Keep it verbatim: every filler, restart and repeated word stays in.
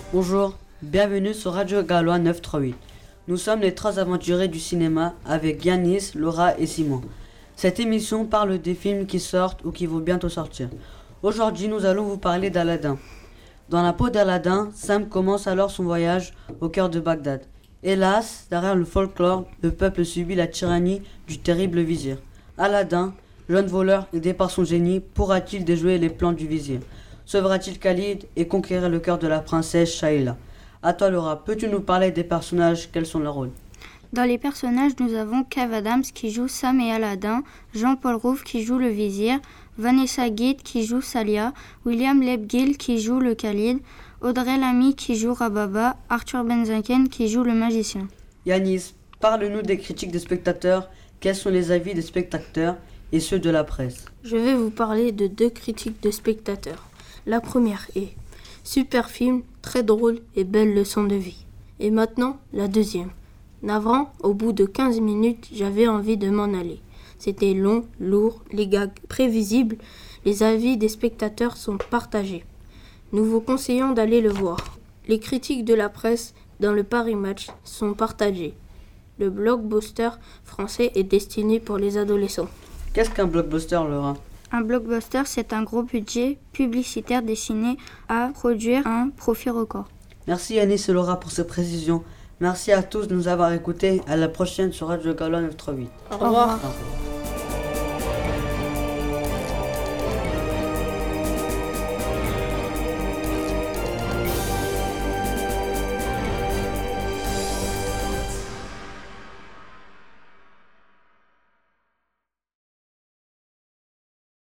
Bonjour, bienvenue sur Radio Galois neuf cent trente-huit. Nous sommes les trois aventuriers du cinéma avec Yanis, Laura et Simon. Cette émission parle des films qui sortent ou qui vont bientôt sortir. Aujourd'hui, nous allons vous parler d'Aladin. Dans la peau d'Aladin, Sam commence alors son voyage au cœur de Bagdad. Hélas, derrière le folklore, le peuple subit la tyrannie du terrible vizir. Aladin, jeune voleur aidé par son génie, pourra-t-il déjouer les plans du vizir? Sauvera-t-il Khalid et conquérir le cœur de la princesse Shaila? À toi Laura, peux-tu nous parler des personnages? Quels sont leurs rôles? Dans les personnages, nous avons Kev Adams qui joue Sam et Aladin, Jean-Paul Rouve qui joue le vizir, Vanessa Guide qui joue Salia, William Lebguil qui joue le Khalid, Audrey Lamy qui joue Rababa, Arthur Benzaken qui joue le magicien. Yanis, parle-nous des critiques des spectateurs. Quels sont les avis des spectateurs et ceux de la presse? Je vais vous parler de deux critiques de spectateurs. La première est « Super film, très drôle et belle leçon de vie ». Et maintenant, la deuxième. Navrant, au bout de quinze minutes, j'avais envie de m'en aller. C'était long, lourd, les gags prévisibles. Les avis des spectateurs sont partagés. Nous vous conseillons d'aller le voir. Les critiques de la presse dans le Paris Match sont partagées. Le blockbuster français est destiné pour les adolescents. Qu'est-ce qu'un blockbuster, Laura? Un blockbuster, c'est un gros budget publicitaire destiné à produire un profit record. Merci Yanis et Laura pour ces précisions. Merci à tous de nous avoir écoutés. À la prochaine sur Radio Galois neuf cent trente-huit. Au revoir. Au revoir.